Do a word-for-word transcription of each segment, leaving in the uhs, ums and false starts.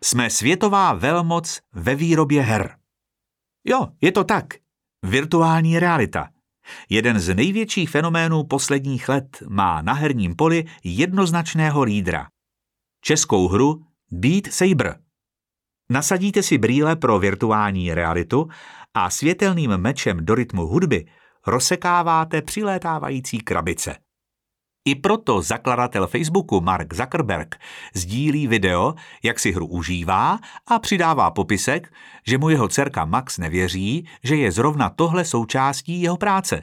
Jsme světová velmoc ve výrobě her. Jo, je to tak. Virtuální realita. Jeden z největších fenoménů posledních let má na herním poli jednoznačného lídra. Českou hru Beat Saber. Nasadíte si brýle pro virtuální realitu a světelným mečem do rytmu hudby rozsekáváte přilétávající krabice. I proto zakladatel Facebooku Mark Zuckerberg sdílí video, jak si hru užívá a přidává popisek, že mu jeho dcerka Max nevěří, že je zrovna tohle součástí jeho práce.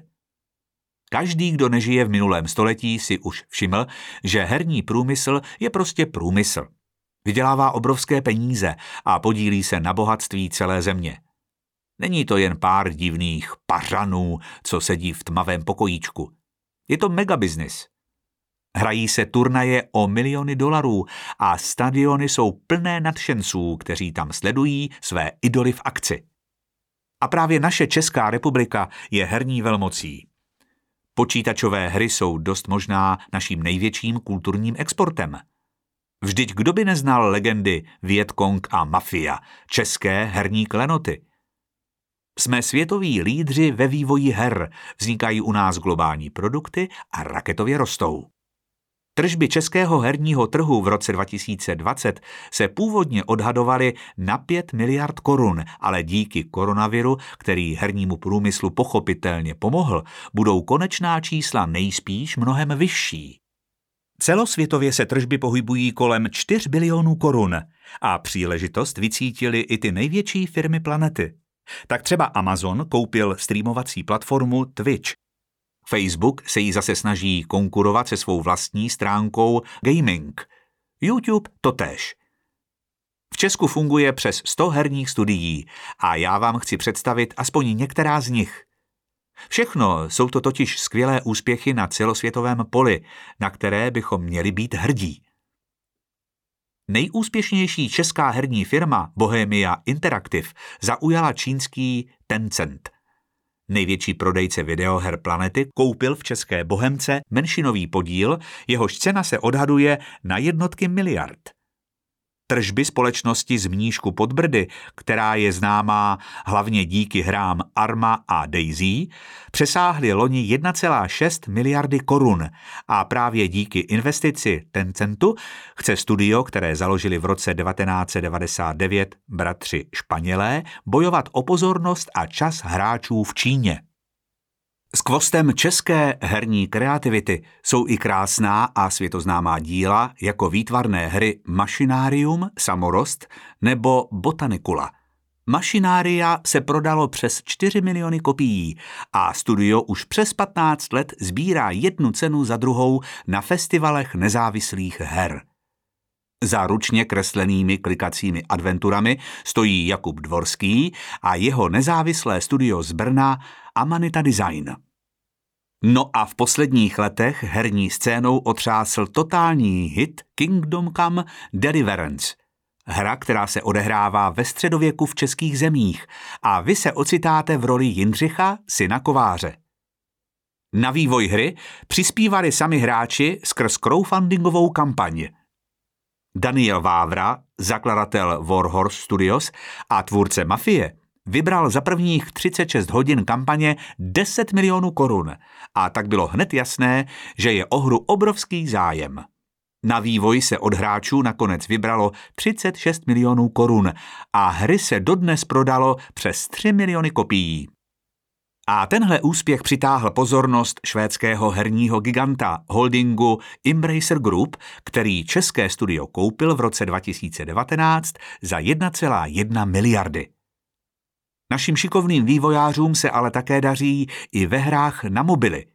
Každý, kdo nežije v minulém století, si už všiml, že herní průmysl je prostě průmysl. Vydělává obrovské peníze a podílí se na bohatství celé země. Není to jen pár divných pařanů, co sedí v tmavém pokojíčku. Je to megabiznis. Hrají se turnaje o miliony dolarů a stadiony jsou plné nadšenců, kteří tam sledují své idoly v akci. A právě naše Česká republika je herní velmocí. Počítačové hry jsou dost možná naším největším kulturním exportem. Vždyť kdo by neznal legendy Vietcong a Mafia, české herní klenoty? Jsme světoví lídři ve vývoji her, vznikají u nás globální produkty a raketově rostou. Tržby českého herního trhu v roce dva tisíce dvacet se původně odhadovaly na pět miliard korun, ale díky koronaviru, který hernímu průmyslu pochopitelně pomohl, budou konečná čísla nejspíš mnohem vyšší. Celosvětově se tržby pohybují kolem čtyři bilionů korun a příležitost vycítily i ty největší firmy planety. Tak třeba Amazon koupil streamovací platformu Twitch. Facebook se jí zase snaží konkurovat se svou vlastní stránkou gaming. YouTube totéž. V Česku funguje přes sto herních studií a já vám chci představit aspoň některá z nich. Všechno jsou to totiž skvělé úspěchy na celosvětovém poli, na které bychom měli být hrdí. Nejúspěšnější česká herní firma Bohemia Interactive zaujala čínský Tencent. Největší prodejce videoher planety koupil v české Bohemce menšinový podíl, jehož cena se odhaduje na jednotky miliard. Tržby společnosti z Mníšku pod Brdy, která je známá hlavně díky hrám Arma a Daisy, přesáhly loni jedna celá šest miliardy korun a právě díky investici Tencentu chce studio, které založili v roce devatenáct set devadesát devět bratři Španělé, bojovat o pozornost a čas hráčů v Číně. Skvostem české herní kreativity jsou i krásná a světoznámá díla jako výtvarné hry Machinárium, Samorost nebo Botanicula. Machinária se prodalo přes čtyři miliony kopií a studio už přes patnáct let sbírá jednu cenu za druhou na festivalech nezávislých her. Za ručně kreslenými klikacími adventurami stojí Jakub Dvorský a jeho nezávislé studio z Brna Amanita Design. No a v posledních letech herní scénou otřásl totální hit Kingdom Come Deliverance. Hra, která se odehrává ve středověku v českých zemích a vy se ocitáte v roli Jindřicha, syna kováře. Na vývoj hry přispívali sami hráči skrz crowdfundingovou kampaň. Daniel Vávra, zakladatel Warhorse Studios a tvůrce Mafie, vybral za prvních třicet šest hodin kampaně deset milionů korun a tak bylo hned jasné, že je o hru obrovský zájem. Na vývoj se od hráčů nakonec vybralo třicet šest milionů korun a hry se dodnes prodalo přes tři miliony kopií. A tenhle úspěch přitáhl pozornost švédského herního giganta holdingu Embracer Group, který české studio koupil v roce dva tisíce devatenáct za jedna celá jedna miliardy. Našim šikovným vývojářům se ale také daří i ve hrách na mobily.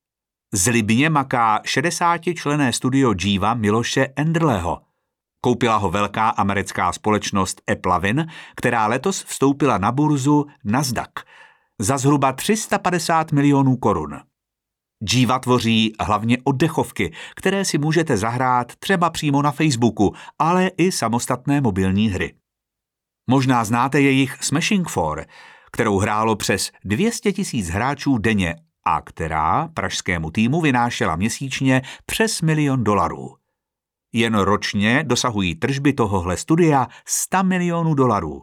Zlibně maká šedesátičlenné studio Jiva Miloše Enderleho. Koupila ho velká americká společnost Applavin, která letos vstoupila na burzu Nasdaq za zhruba tři sta padesát milionů korun. Jiva tvoří hlavně oddechovky, které si můžete zahrát třeba přímo na Facebooku, ale i samostatné mobilní hry. Možná znáte jejich Smashing Four, kterou hrálo přes dvě stě tisíc hráčů denně a která pražskému týmu vynášela měsíčně přes milion dolarů. Jen ročně dosahují tržby tohohle studia sto milionů dolarů.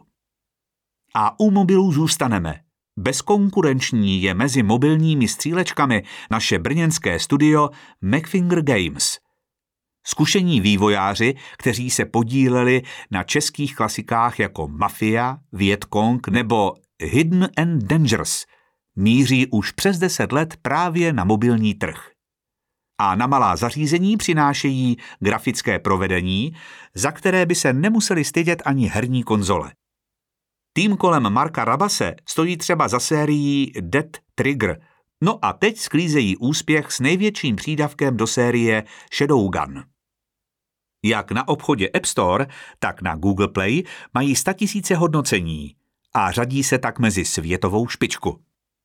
A u mobilů zůstaneme. Bezkonkurenční je mezi mobilními střílečkami naše brněnské studio McFinger Games. Zkušení vývojáři, kteří se podíleli na českých klasikách jako Mafia, Vietcong nebo Hidden and Dangerous, míří už přes deset let právě na mobilní trh. A na malá zařízení přinášejí grafické provedení, za které by se nemuseli stydět ani herní konzole. Tým kolem Marka Rabase stojí třeba za sérií Dead Trigger, no a teď sklízejí úspěch s největším přídavkem do série Shadowgun. Jak na obchodě App Store, tak na Google Play mají statisíce hodnocení a řadí se tak mezi světovou špičku.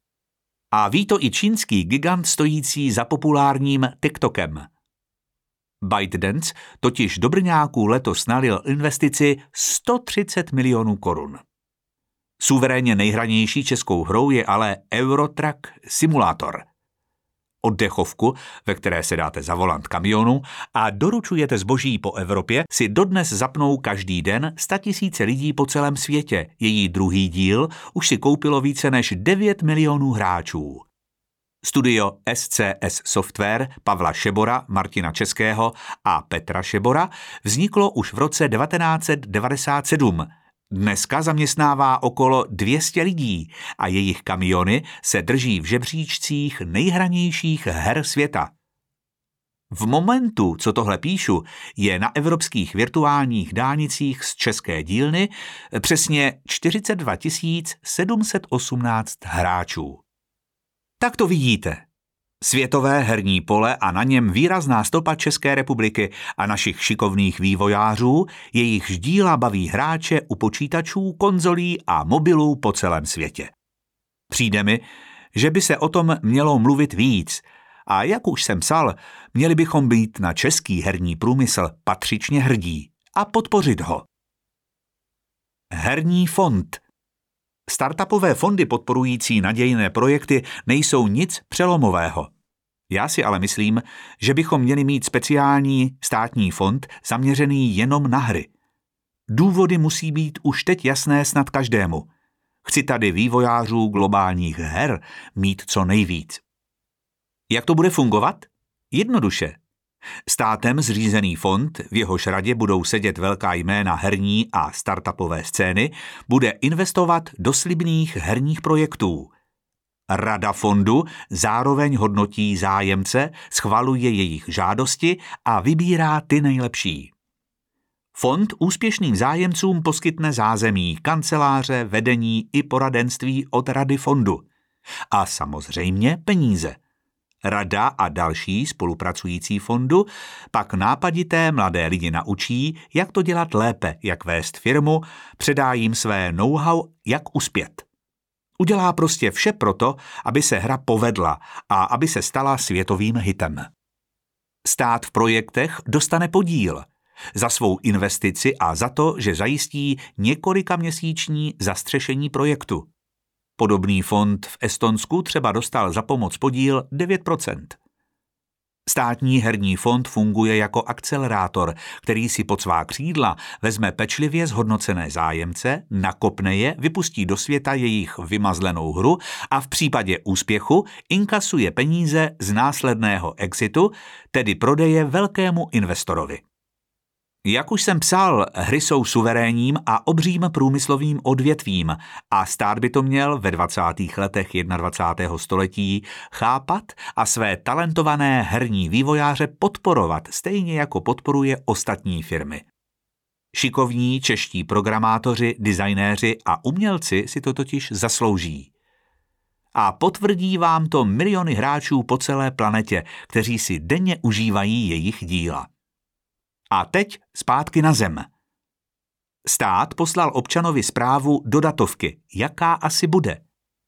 A ví to i čínský gigant stojící za populárním TikTokem. ByteDance totiž do Brňáků letos nalil investici sto třicet milionů korun. Suverénně nejhranější českou hrou je ale Eurotrack Simulator. Oddechovku, ve které se dáte za volant kamionu a doručujete zboží po Evropě, si dodnes zapnou každý den statisíce lidí po celém světě. Její druhý díl už si koupilo více než devět milionů hráčů. Studio S C S Software Pavla Šebora, Martina Českého a Petra Šebora vzniklo už v roce devatenáct set devadesát sedm. Dneska zaměstnává okolo dvě stě lidí a jejich kamiony se drží v žebříčcích nejhranějších her světa. V momentu, co tohle píšu, je na evropských virtuálních dálnicích z české dílny přesně čtyřicet dva tisíc sedm set osmnáct hráčů. Tak to vidíte. Světové herní pole a na něm výrazná stopa České republiky a našich šikovných vývojářů, jejichž díla baví hráče u počítačů, konzolí a mobilů po celém světě. Přijde mi, že by se o tom mělo mluvit víc a jak už jsem psal, měli bychom být na český herní průmysl patřičně hrdí a podpořit ho. Herní fond. Startupové fondy podporující nadějné projekty nejsou nic přelomového. Já si ale myslím, že bychom měli mít speciální státní fond zaměřený jenom na hry. Důvody musí být už teď jasné snad každému. Chci tady vývojářů globálních her mít co nejvíc. Jak to bude fungovat? Jednoduše. Státem zřízený fond, v jehož radě budou sedět velká jména herní a startupové scény, bude investovat do slibných herních projektů. Rada fondu zároveň hodnotí zájemce, schvaluje jejich žádosti a vybírá ty nejlepší. Fond úspěšným zájemcům poskytne zázemí, kanceláře, vedení i poradenství od rady fondu. A samozřejmě peníze. Rada a další spolupracující fondu pak nápadité mladé lidi naučí, jak to dělat lépe, jak vést firmu, předá jim své know-how, jak uspět. Udělá prostě vše proto, aby se hra povedla a aby se stala světovým hitem. Stát v projektech dostane podíl za svou investici a za to, že zajistí několika měsíční zastřešení projektu. Podobný fond v Estonsku třeba dostal za pomoc podíl devět procent. Státní herní fond funguje jako akcelerátor, který si pod svá křídla vezme pečlivě zhodnocené zájemce, nakopne je, vypustí do světa jejich vymazlenou hru a v případě úspěchu inkasuje peníze z následného exitu, tedy prodeje velkému investorovi. Jak už jsem psal, hry jsou suverénním a obřím průmyslovým odvětvím a stát by to měl ve dvacátých letech dvacátého prvního století chápat a své talentované herní vývojáře podporovat, stejně jako podporuje ostatní firmy. Šikovní čeští programátoři, designéři a umělci si to totiž zaslouží. A potvrdí vám to miliony hráčů po celé planetě, kteří si denně užívají jejich díla. A teď zpátky na zem. Stát poslal občanovi zprávu do datovky, jaká asi bude.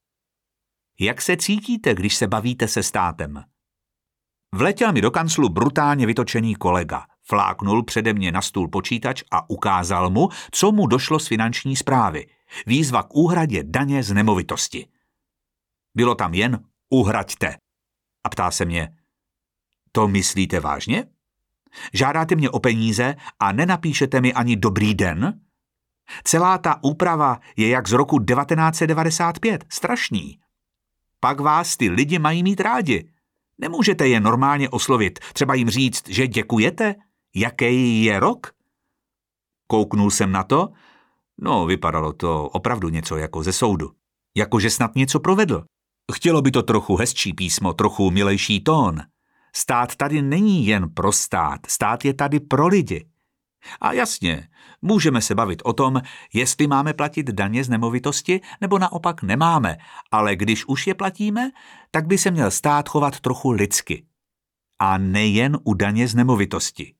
Jak se cítíte, když se bavíte se státem? Vletěl mi do kanclu brutálně vytočený kolega, fláknul přede mě na stůl počítač a ukázal mu, co mu došlo z finanční správy. Výzva k úhradě daně z nemovitosti. Bylo tam jen uhraďte. A ptá se mě, to myslíte vážně? Žádáte mě o peníze a nenapíšete mi ani dobrý den? Celá ta úprava je jak z roku devatenáct set devadesát pět. Strašný. Pak vás ty lidi mají mít rádi. Nemůžete je normálně oslovit, třeba jim říct, že děkujete? Jaký je rok? Kouknul jsem na to. No, vypadalo to opravdu něco jako ze soudu. Jakože snad něco provedl. Chtělo by to trochu hezčí písmo, trochu milejší tón. Stát tady není jen pro stát, stát je tady pro lidi. A jasně, můžeme se bavit o tom, jestli máme platit daně z nemovitosti, nebo naopak nemáme, ale když už je platíme, tak by se měl stát chovat trochu lidsky. A nejen u daně z nemovitosti.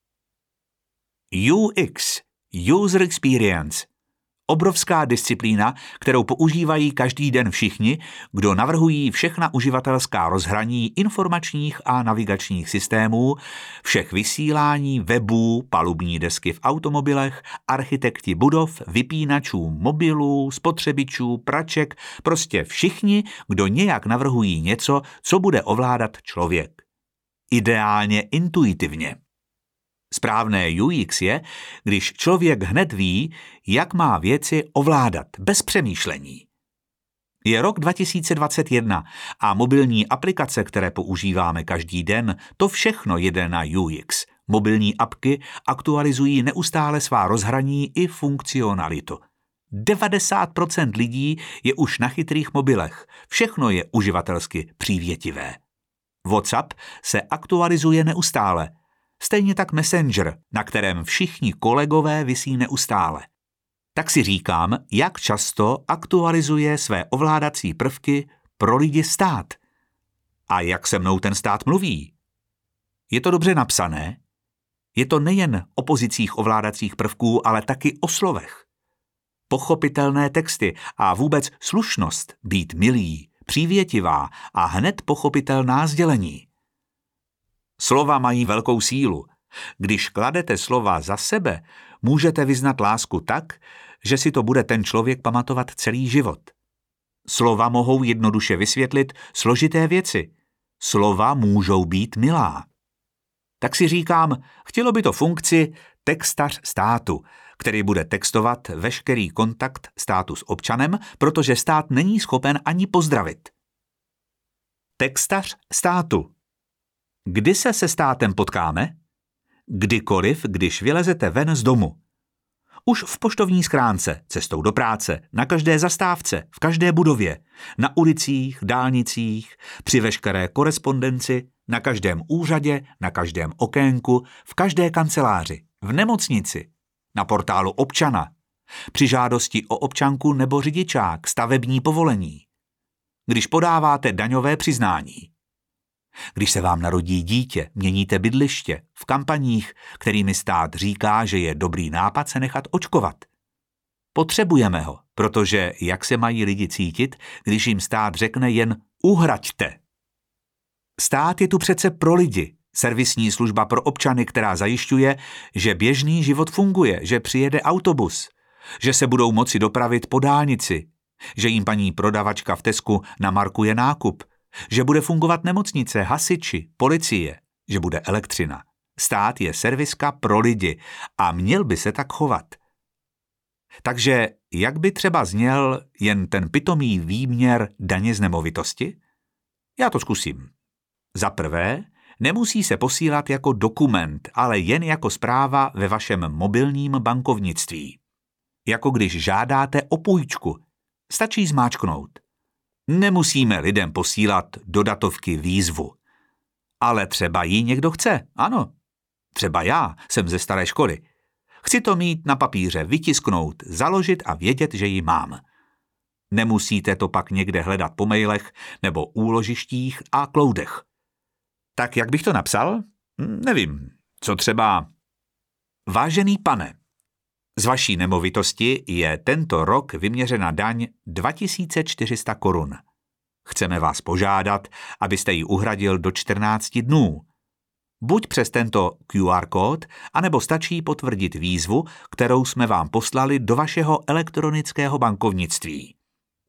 U X, User Experience. Obrovská disciplína, kterou používají každý den všichni, kdo navrhují všechna uživatelská rozhraní informačních a navigačních systémů, všech vysílání, webů, palubní desky v automobilech, architekti budov, vypínačů mobilů, spotřebičů, praček, prostě všichni, kdo nějak navrhují něco, co bude ovládat člověk. Ideálně intuitivně. Správné U X je, když člověk hned ví, jak má věci ovládat, bez přemýšlení. Je rok dva tisíce dvacet jedna a mobilní aplikace, které používáme každý den, to všechno jede na U X. Mobilní apky aktualizují neustále svá rozhraní i funkcionalitu. devadesát procent lidí je už na chytrých mobilech. Všechno je uživatelsky přívětivé. WhatsApp se aktualizuje neustále. Stejně tak Messenger, na kterém všichni kolegové visí neustále. Tak si říkám, jak často aktualizuje své ovládací prvky pro lidi stát. A jak se mnou ten stát mluví? Je to dobře napsané? Je to nejen o pozicích ovládacích prvků, ale taky o slovech. Pochopitelné texty a vůbec slušnost, být milý, přívětivá a hned pochopitelná sdělení. Slova mají velkou sílu. Když kladete slova za sebe, můžete vyznat lásku tak, že si to bude ten člověk pamatovat celý život. Slova mohou jednoduše vysvětlit složité věci. Slova můžou být milá. Tak si říkám, chtělo by to funkci textař státu, který bude textovat veškerý kontakt státu s občanem, protože stát není schopen ani pozdravit. Textař státu. Kdy se se státem potkáme? Kdykoliv, když vylezete ven z domu. Už v poštovní schránce, cestou do práce, na každé zastávce, v každé budově, na ulicích, dálnicích, při veškeré korespondenci, na každém úřadě, na každém okénku, v každé kanceláři, v nemocnici, na portálu občana, při žádosti o občanku nebo řidičák, stavební povolení. Když podáváte daňové přiznání. Když se vám narodí dítě, měníte bydliště, v kampaních, kterými stát říká, že je dobrý nápad se nechat očkovat. Potřebujeme ho, protože jak se mají lidi cítit, když jim stát řekne jen uhraďte. Stát je tu přece pro lidi, servisní služba pro občany, která zajišťuje, že běžný život funguje, že přijede autobus, že se budou moci dopravit po dálnici, že jim paní prodavačka v Tesku namarkuje nákup, že bude fungovat nemocnice, hasiči, policie, že bude elektřina. Stát je serviska pro lidi a měl by se tak chovat. Takže jak by třeba zněl jen ten pitomý výměr daně z nemovitosti? Já to zkusím. Za prvé, nemusí se posílat jako dokument, ale jen jako zpráva ve vašem mobilním bankovnictví. Jako když žádáte o půjčku. Stačí zmáčknout. Nemusíme lidem posílat do datovky výzvu. Ale třeba ji někdo chce, ano. Třeba já jsem ze staré školy. Chci to mít na papíře, vytisknout, založit a vědět, že ji mám. Nemusíte to pak někde hledat po mailech nebo úložištích a kloudech. Tak jak bych to napsal? Nevím. Co třeba? Vážený pane, z vaší nemovitosti je tento rok vyměřena daň dva tisíce čtyři sta korun. Chceme vás požádat, abyste ji uhradil do čtrnácti dnů. Buď přes tento Q R kód, anebo stačí potvrdit výzvu, kterou jsme vám poslali do vašeho elektronického bankovnictví.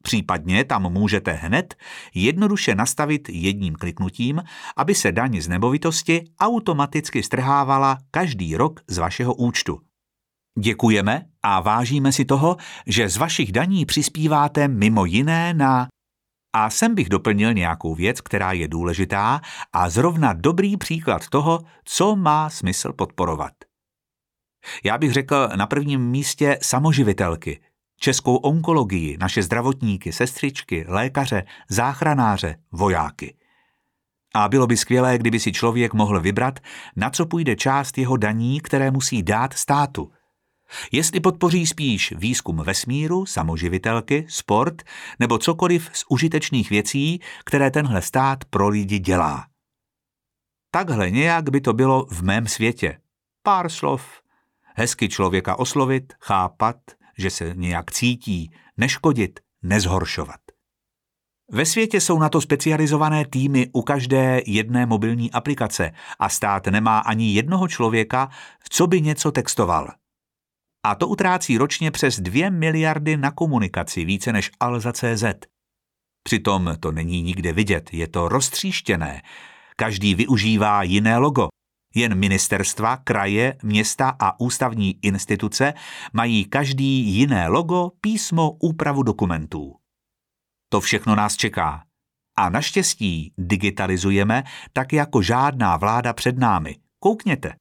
Případně tam můžete hned jednoduše nastavit jedním kliknutím, aby se daň z nemovitosti automaticky strhávala každý rok z vašeho účtu. Děkujeme a vážíme si toho, že z vašich daní přispíváte mimo jiné na... A sem bych doplnil nějakou věc, která je důležitá a zrovna dobrý příklad toho, co má smysl podporovat. Já bych řekl na prvním místě samoživitelky, českou onkologii, naše zdravotníky, sestřičky, lékaře, záchranáře, vojáky. A bylo by skvělé, kdyby si člověk mohl vybrat, na co půjde část jeho daní, které musí dát státu. Jestli podpoří spíš výzkum vesmíru, samoživitelky, sport nebo cokoliv z užitečných věcí, které tenhle stát pro lidi dělá. Takhle nějak by to bylo v mém světě. Pár slov, hezky člověka oslovit, chápat, že se nějak cítí, neškodit, nezhoršovat. Ve světě jsou na to specializované týmy u každé jedné mobilní aplikace a stát nemá ani jednoho člověka, co by něco textoval. A to utrácí ročně přes dvě miliardy na komunikaci, více než Alza tečka cé zet. Přitom to není nikde vidět, je to roztříštěné. Každý využívá jiné logo. Jen ministerstva, kraje, města a ústavní instituce mají každý jiné logo, písmo, úpravu dokumentů. To všechno nás čeká. A naštěstí digitalizujeme tak jako žádná vláda před námi. Koukněte.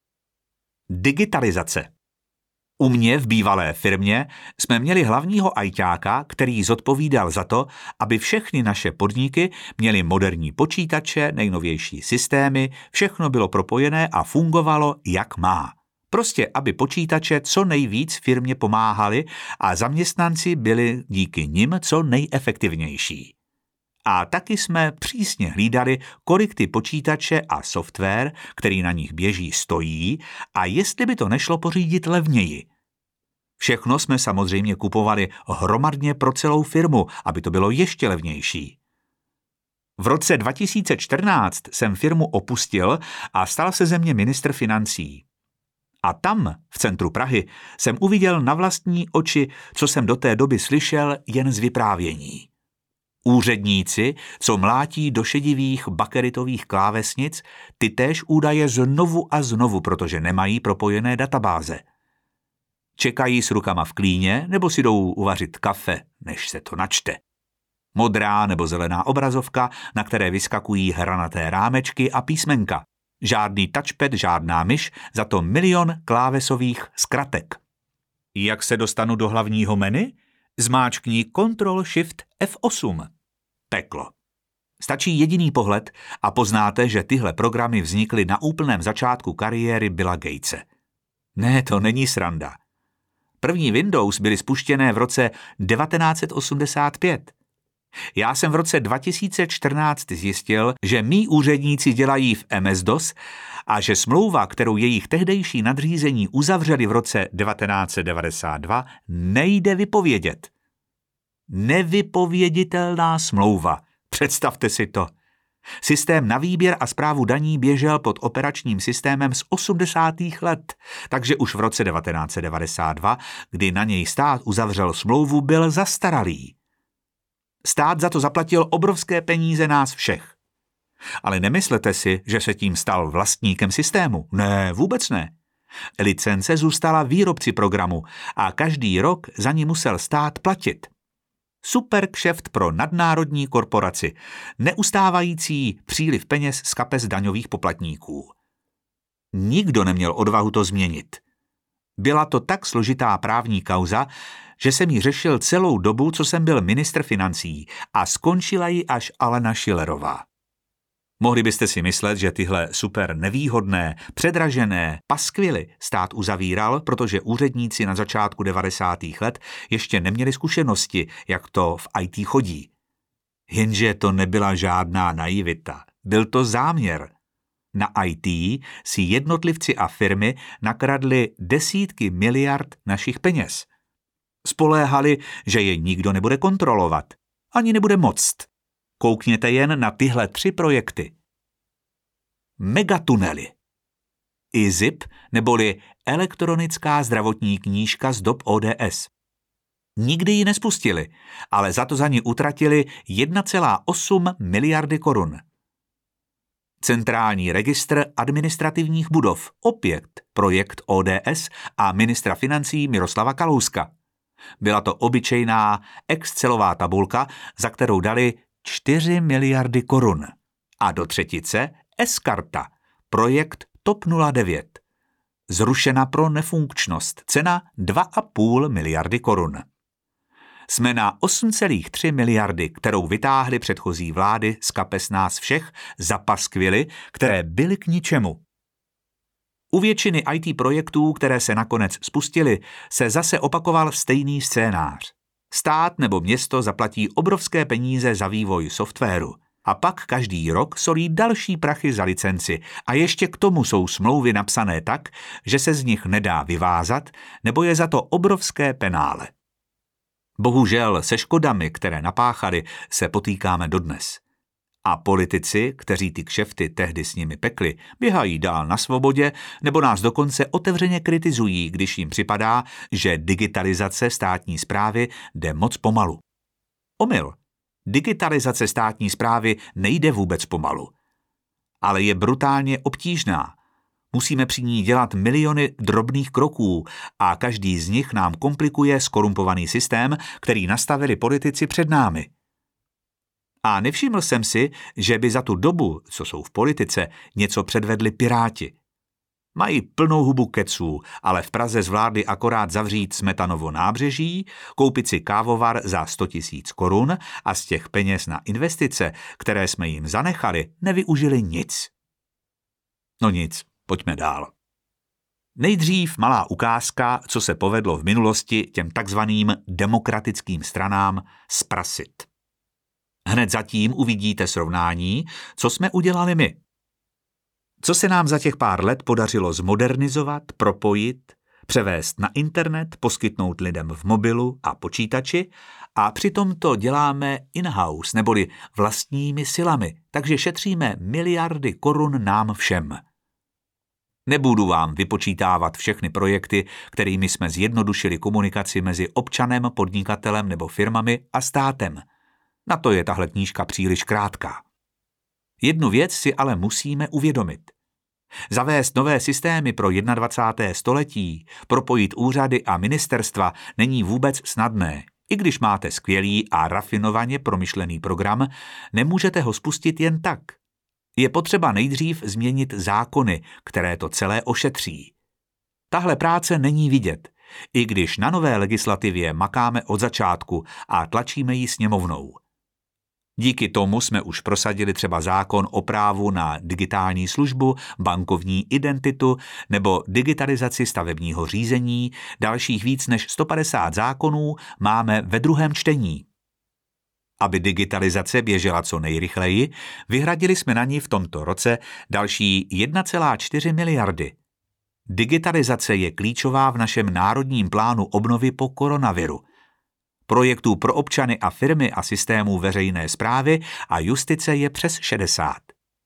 Digitalizace. U mě v bývalé firmě jsme měli hlavního ajťáka, který zodpovídal za to, aby všechny naše podniky měly moderní počítače, nejnovější systémy, všechno bylo propojené a fungovalo, jak má. Prostě, aby počítače co nejvíc firmě pomáhali a zaměstnanci byli díky nim co nejefektivnější. A taky jsme přísně hlídali, kolik ty počítače a software, který na nich běží, stojí a jestli by to nešlo pořídit levněji. Všechno jsme samozřejmě kupovali hromadně pro celou firmu, aby to bylo ještě levnější. V roce dva tisíce čtrnáct jsem firmu opustil a stal se ze mě ministr financí. A tam, v centru Prahy, jsem uviděl na vlastní oči, co jsem do té doby slyšel jen z vyprávění. Úředníci, co mlátí do šedivých bakeritových klávesnic, ty též údaje znovu a znovu, protože nemají propojené databáze. Čekají s rukama v klíně nebo si jdou uvařit kafe, než se to načte. Modrá nebo zelená obrazovka, na které vyskakují hranaté rámečky a písmenka. Žádný touchpad, žádná myš, za to milion klávesových zkratek. Jak se dostanu do hlavního menu? Zmáčkni Ctrl Shift F osm. Peklo. Stačí jediný pohled a poznáte, že tyhle programy vznikly na úplném začátku kariéry Billa Gatese. Ne, to není sranda. První Windows byly spuštěné v roce devatenáct set osmdesát pět. Já jsem v roce dva tisíce čtrnáct zjistil, že mí úředníci dělají v em es dos a že smlouva, kterou jejich tehdejší nadřízení uzavřeli v roce devatenáct set devadesát dva, nejde vypovědět. Nevypověditelná smlouva. Představte si to. Systém na výběr a správu daní běžel pod operačním systémem z osmdesátých let, takže už v roce devatenáct set devadesát dva, kdy na něj stát uzavřel smlouvu, byl zastaralý. Stát za to zaplatil obrovské peníze nás všech. Ale nemyslete si, že se tím stal vlastníkem systému. Ne, vůbec ne. Licence zůstala výrobci programu a každý rok za ní musel stát platit. Super kšeft pro nadnárodní korporaci, neustávající příliv peněz z kapes daňových poplatníků. Nikdo neměl odvahu to změnit. Byla to tak složitá právní kauza, že jsem ji řešil celou dobu, co jsem byl ministr financí a skončila ji až Alena Schillerová. Mohli byste si myslet, že tyhle super nevýhodné, předražené paskvily stát uzavíral, protože úředníci na začátku devadesátých let ještě neměli zkušenosti, jak to v í té chodí. Jenže to nebyla žádná naivita. Byl to záměr. Na í té si jednotlivci a firmy nakradli desítky miliard našich peněz. Spoléhali, že je nikdo nebude kontrolovat. Ani nebude moct. Koukněte jen na tyhle tři projekty. Megatunely. I zip neboli elektronická zdravotní knížka z dob ó dé es. Nikdy ji nespustili, ale za to za ní utratili jedna celá osm miliardy korun. Centrální registr administrativních budov, opět projekt O D S a ministra financí Miroslava Kalouska. Byla to obyčejná excelová tabulka, za kterou dali čtyři miliardy korun. A do třetice S-karta, projekt T O P nula devět. Zrušena pro nefunkčnost, cena dva a půl miliardy korun. Jsme na osm celá tři miliardy, kterou vytáhly předchozí vlády z kapes nás všech za paskvily, které byly k ničemu. U většiny í té projektů, které se nakonec spustily, se zase opakoval stejný scénář. Stát nebo město zaplatí obrovské peníze za vývoj softwaru a pak každý rok solí další prachy za licenci a ještě k tomu jsou smlouvy napsané tak, že se z nich nedá vyvázat nebo je za to obrovské penále. Bohužel se škodami, které napáchali, se potýkáme dodnes. A politici, kteří ty kšefty tehdy s nimi pekli, běhají dál na svobodě nebo nás dokonce otevřeně kritizují, když jim připadá, že digitalizace státní správy jde moc pomalu. Omyl. Digitalizace státní správy nejde vůbec pomalu. Ale je brutálně obtížná. Musíme při ní dělat miliony drobných kroků a každý z nich nám komplikuje skorumpovaný systém, který nastavili politici před námi. A nevšiml jsem si, že by za tu dobu, co jsou v politice, něco předvedli Piráti. Mají plnou hubu keců, ale v Praze zvládli akorát zavřít Smetanovo nábřeží, koupit si kávovar za sto tisíc korun a z těch peněz na investice, které jsme jim zanechali, nevyužili nic. No nic, pojďme dál. Nejdřív malá ukázka, co se povedlo v minulosti těm takzvaným demokratickým stranám zprasit. Hned zatím uvidíte srovnání, co jsme udělali my. Co se nám za těch pár let podařilo zmodernizovat, propojit, převést na internet, poskytnout lidem v mobilu a počítači a přitom to děláme in-house, neboli vlastními silami, takže šetříme miliardy korun nám všem. Nebudu vám vypočítávat všechny projekty, kterými jsme zjednodušili komunikaci mezi občanem, podnikatelem nebo firmami a státem. Na to je tahle knížka příliš krátká. Jednu věc si ale musíme uvědomit. Zavést nové systémy pro dvacátého prvního století, propojit úřady a ministerstva není vůbec snadné. I když máte skvělý a rafinovaně promyšlený program, nemůžete ho spustit jen tak. Je potřeba nejdřív změnit zákony, které to celé ošetří. Tahle práce není vidět, i když na nové legislativě makáme od začátku a tlačíme ji sněmovnou. Díky tomu jsme už prosadili třeba zákon o právu na digitální službu, bankovní identitu nebo digitalizaci stavebního řízení, dalších víc než sto padesát zákonů máme ve druhém čtení. Aby digitalizace běžela co nejrychleji, vyhradili jsme na ní v tomto roce další jedna celá čtyři miliardy. Digitalizace je klíčová v našem národním plánu obnovy po koronaviru. Projektů pro občany a firmy a systémů veřejné správy a justice je přes šedesát.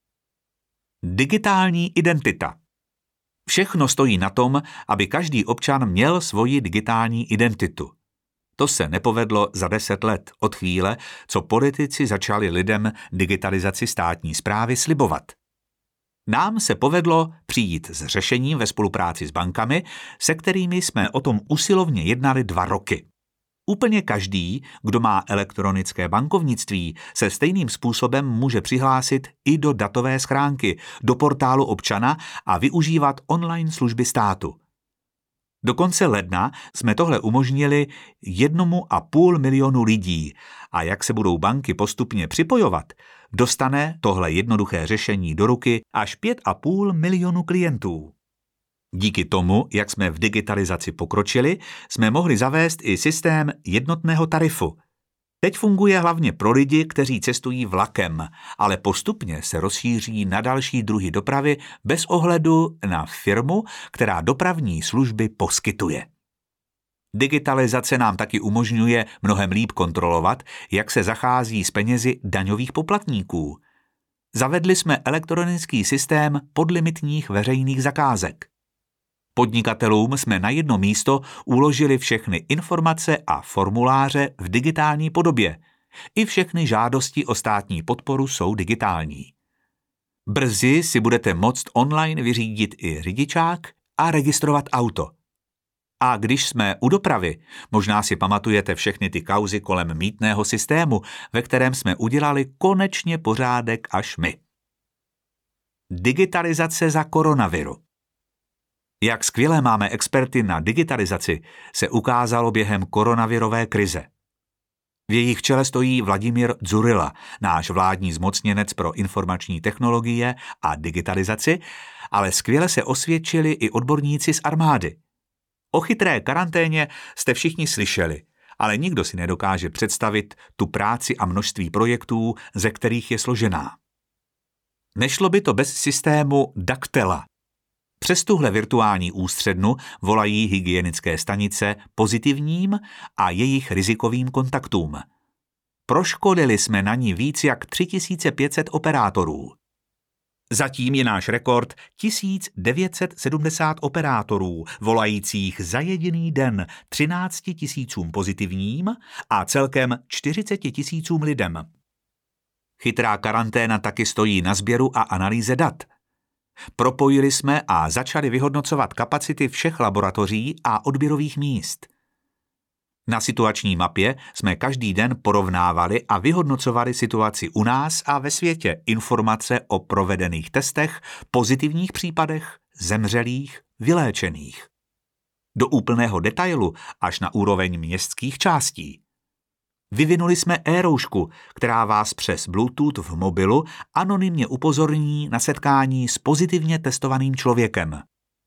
Digitální identita. Všechno stojí na tom, aby každý občan měl svoji digitální identitu. To se nepovedlo za deset let od chvíle, co politici začali lidem digitalizaci státní správy slibovat. Nám se povedlo přijít s řešením ve spolupráci s bankami, se kterými jsme o tom usilovně jednali dva roky. Úplně každý, kdo má elektronické bankovnictví, se stejným způsobem může přihlásit i do datové schránky, do portálu občana a využívat online služby státu. Do konce ledna jsme tohle umožnili jednomu a půl milionu lidí a jak se budou banky postupně připojovat, dostane tohle jednoduché řešení do ruky až pět a půl milionu klientů. Díky tomu, jak jsme v digitalizaci pokročili, jsme mohli zavést i systém jednotného tarifu. Teď funguje hlavně pro lidi, kteří cestují vlakem, ale postupně se rozšíří na další druhy dopravy bez ohledu na firmu, která dopravní služby poskytuje. Digitalizace nám taky umožňuje mnohem líp kontrolovat, jak se zachází s penězi daňových poplatníků. Zavedli jsme elektronický systém podlimitních veřejných zakázek. Podnikatelům jsme na jedno místo uložili všechny informace a formuláře v digitální podobě. I všechny žádosti o státní podporu jsou digitální. Brzy si budete moct online vyřídit i řidičák a registrovat auto. A když jsme u dopravy, možná si pamatujete všechny ty kauzy kolem mýtného systému, ve kterém jsme udělali konečně pořádek až my. Digitalizace za koronaviru. Jak skvěle máme experty na digitalizaci, se ukázalo během koronavirové krize. V jejich čele stojí Vladimír Dzurilla, náš vládní zmocněnec pro informační technologie a digitalizaci, ale skvěle se osvědčili i odborníci z armády. O chytré karanténě jste všichni slyšeli, ale nikdo si nedokáže představit tu práci a množství projektů, ze kterých je složená. Nešlo by to bez systému Daktela. Přes tuhle virtuální ústřednu volají hygienické stanice pozitivním a jejich rizikovým kontaktům. Proškolili jsme na ní víc jak tři tisíce pět set operátorů. Zatím je náš rekord tisíc devět set sedmdesát operátorů, volajících za jediný den třinácti tisícům pozitivním a celkem čtyřiceti tisícům lidem. Chytrá karanténa taky stojí na sběru a analýze dat. Propojili jsme a začali vyhodnocovat kapacity všech laboratoří a odběrových míst. Na situační mapě jsme každý den porovnávali a vyhodnocovali situaci u nás a ve světě, informace o provedených testech, pozitivních případech, zemřelých, vyléčených. Do úplného detailu až na úroveň městských částí. Vyvinuli jsme e-roušku, která vás přes Bluetooth v mobilu anonymně upozorní na setkání s pozitivně testovaným člověkem.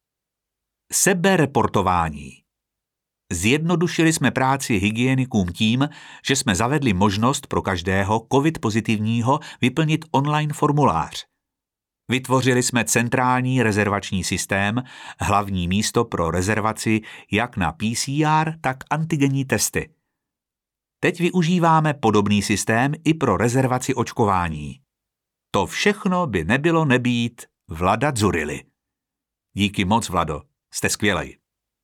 Sebereportování. Zjednodušili jsme práci hygienikům tím, že jsme zavedli možnost pro každého covid pozitivního vyplnit online formulář. Vytvořili jsme centrální rezervační systém, hlavní místo pro rezervaci jak na P C R, tak antigenní testy. Teď využíváme podobný systém i pro rezervaci očkování. To všechno by nebylo nebýt Vlada Dzurilly. Díky moc, Vlado, jste skvělej.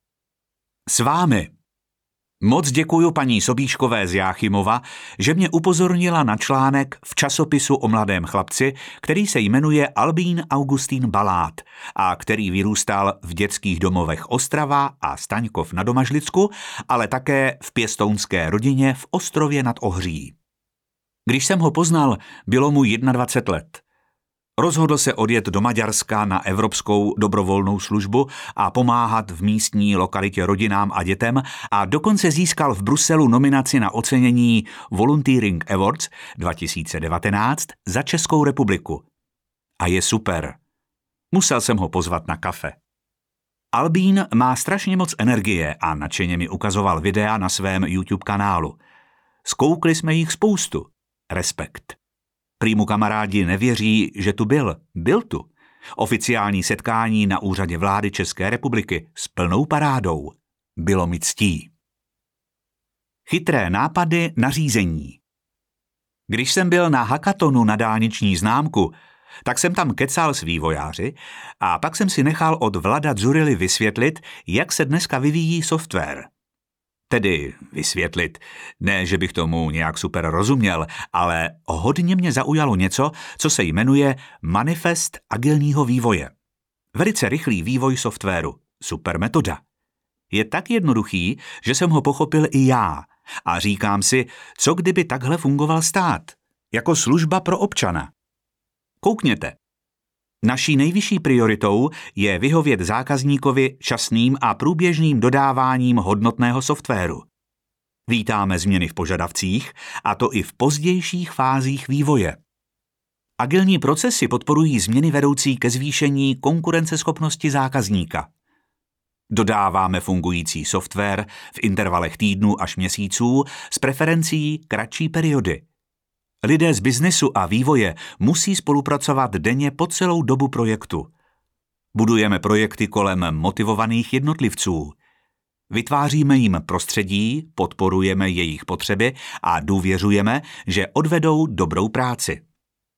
S vámi. Moc děkuju paní Sobíškové z Jáchymova, že mě upozornila na článek v časopisu o mladém chlapci, který se jmenuje Albín Augustín Balát a který vyrůstal v dětských domovech Ostrava a Staňkov na Domažlicku, ale také v pěstounské rodině v Ostrově nad Ohří. Když jsem ho poznal, bylo mu dvacet jedna let. Rozhodl se odjet do Maďarska na evropskou dobrovolnou službu a pomáhat v místní lokalitě rodinám a dětem a dokonce získal v Bruselu nominaci na ocenění Volunteering Awards dva tisíce devatenáct za Českou republiku. A je super. Musel jsem ho pozvat na kafe. Albín má strašně moc energie a nadšeně mi ukazoval videa na svém YouTube kanálu. Zkoukli jsme jich spoustu. Respekt. Prý mu kamarádi nevěří, že tu byl. Byl tu. Oficiální setkání na úřadě vlády České republiky s plnou parádou. Bylo mi ctí. Chytré nápady na řízení. Když jsem byl na hackatonu na dálniční známku, tak jsem tam kecal s vývojáři a pak jsem si nechal od Vlada Dzurilly vysvětlit, jak se dneska vyvíjí software. Tedy vysvětlit, ne, že bych tomu nějak super rozuměl, ale hodně mě zaujalo něco, co se jmenuje Manifest agilního vývoje. Velice rychlý vývoj softwaru. Super metoda. Je tak jednoduchý, že jsem ho pochopil i já a říkám si, co kdyby takhle fungoval stát, jako služba pro občana. Koukněte. Naší nejvyšší prioritou je vyhovět zákazníkovi časným a průběžným dodáváním hodnotného softwaru. Vítáme změny v požadavcích, a to i v pozdějších fázích vývoje. Agilní procesy podporují změny vedoucí ke zvýšení konkurenceschopnosti zákazníka. Dodáváme fungující software v intervalech týdnů až měsíců s preferencí kratší periody. Lidé z biznesu a vývoje musí spolupracovat denně po celou dobu projektu. Budujeme projekty kolem motivovaných jednotlivců. Vytváříme jim prostředí, podporujeme jejich potřeby a důvěřujeme, že odvedou dobrou práci.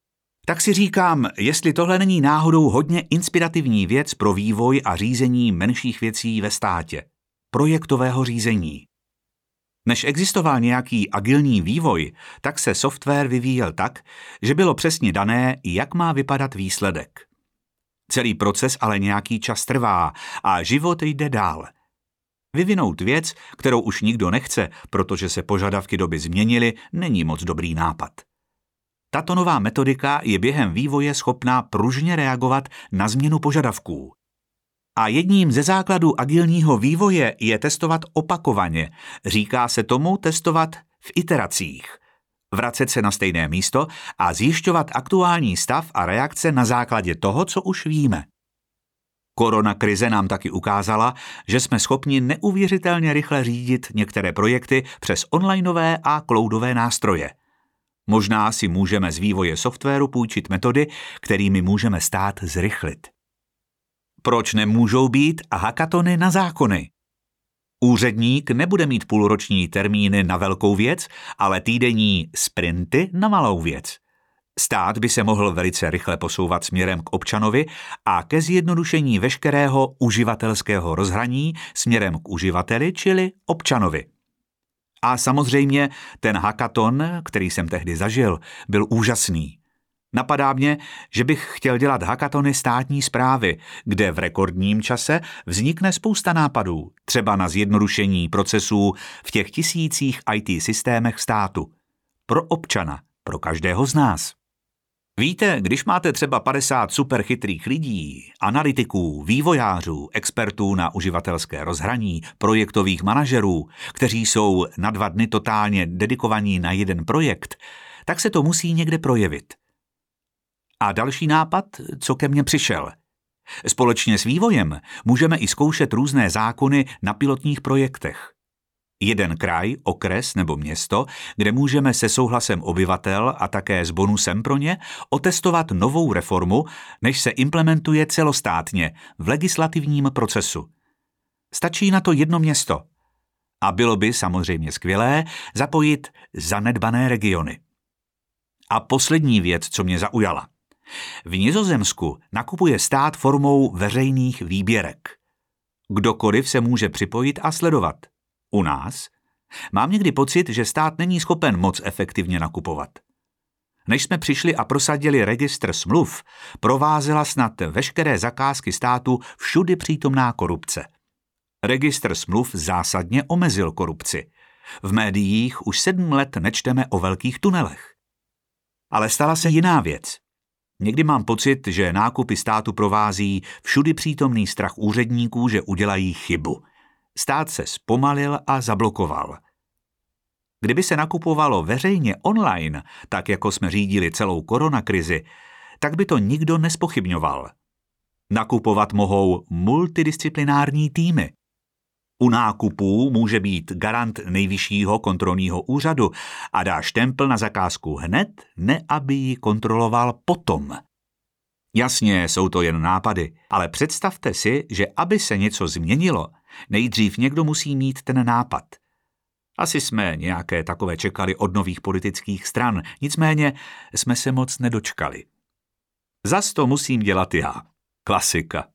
Tak si říkám, jestli tohle není náhodou hodně inspirativní věc pro vývoj a řízení menších věcí ve státě. Projektového řízení. Než existoval nějaký agilní vývoj, tak se software vyvíjel tak, že bylo přesně dané, jak má vypadat výsledek. Celý proces ale nějaký čas trvá a život jde dál. Vyvinout věc, kterou už nikdo nechce, protože se požadavky doby změnily, není moc dobrý nápad. Tato nová metodika je během vývoje schopná pružně reagovat na změnu požadavků. A jedním ze základů agilního vývoje je testovat opakovaně. Říká se tomu testovat v iteracích. Vracet se na stejné místo a zjišťovat aktuální stav a reakce na základě toho, co už víme. Koronakrize nám taky ukázala, že jsme schopni neuvěřitelně rychle řídit některé projekty přes onlineové a cloudové nástroje. Možná si můžeme z vývoje softwaru půjčit metody, kterými můžeme stát zrychlit. Proč nemůžou být hackatony na zákony? Úředník nebude mít půlroční termíny na velkou věc, ale týdenní sprinty na malou věc. Stát by se mohl velice rychle posouvat směrem k občanovi a ke zjednodušení veškerého uživatelského rozhraní směrem k uživateli, čili občanovi. A samozřejmě ten hackathon, který jsem tehdy zažil, byl úžasný. Napadá mě, že bych chtěl dělat hackathony státní správy, kde v rekordním čase vznikne spousta nápadů, třeba na zjednodušení procesů v těch tisících í té systémech státu. Pro občana, pro každého z nás. Víte, když máte třeba padesát superchytrých lidí, analytiků, vývojářů, expertů na uživatelské rozhraní, projektových manažerů, kteří jsou na dva dny totálně dedikovaní na jeden projekt, tak se to musí někde projevit. A další nápad, co ke mně přišel. Společně s vývojem můžeme i zkoušet různé zákony na pilotních projektech. Jeden kraj, okres nebo město, kde můžeme se souhlasem obyvatel a také s bonusem pro ně otestovat novou reformu, než se implementuje celostátně v legislativním procesu. Stačí na to jedno město. A bylo by samozřejmě skvělé zapojit zanedbané regiony. A poslední věc, co mě zaujala. V Nizozemsku nakupuje stát formou veřejných výběrek. Kdokoliv se může připojit a sledovat. U nás mám někdy pocit, že stát není schopen moc efektivně nakupovat. Než jsme přišli a prosadili registr smluv, provázela snad veškeré zakázky státu všudy přítomná korupce. Registr smluv zásadně omezil korupci. V médiích už sedm let nečteme o velkých tunelech. Ale stala se jiná věc. Někdy mám pocit, že nákupy státu provází všudy přítomný strach úředníků, že udělají chybu. Stát se zpomalil a zablokoval. Kdyby se nakupovalo veřejně online, tak jako jsme řídili celou koronakrizi, tak by to nikdo nespochybňoval. Nakupovat mohou multidisciplinární týmy. U nákupů může být garant nejvyššího kontrolního úřadu a dá štempl na zakázku hned, ne aby ji kontroloval potom. Jasně, jsou to jen nápady, ale představte si, že aby se něco změnilo, nejdřív někdo musí mít ten nápad. Asi jsme nějaké takové čekali od nových politických stran, nicméně jsme se moc nedočkali. Zas to musím dělat já. Klasika.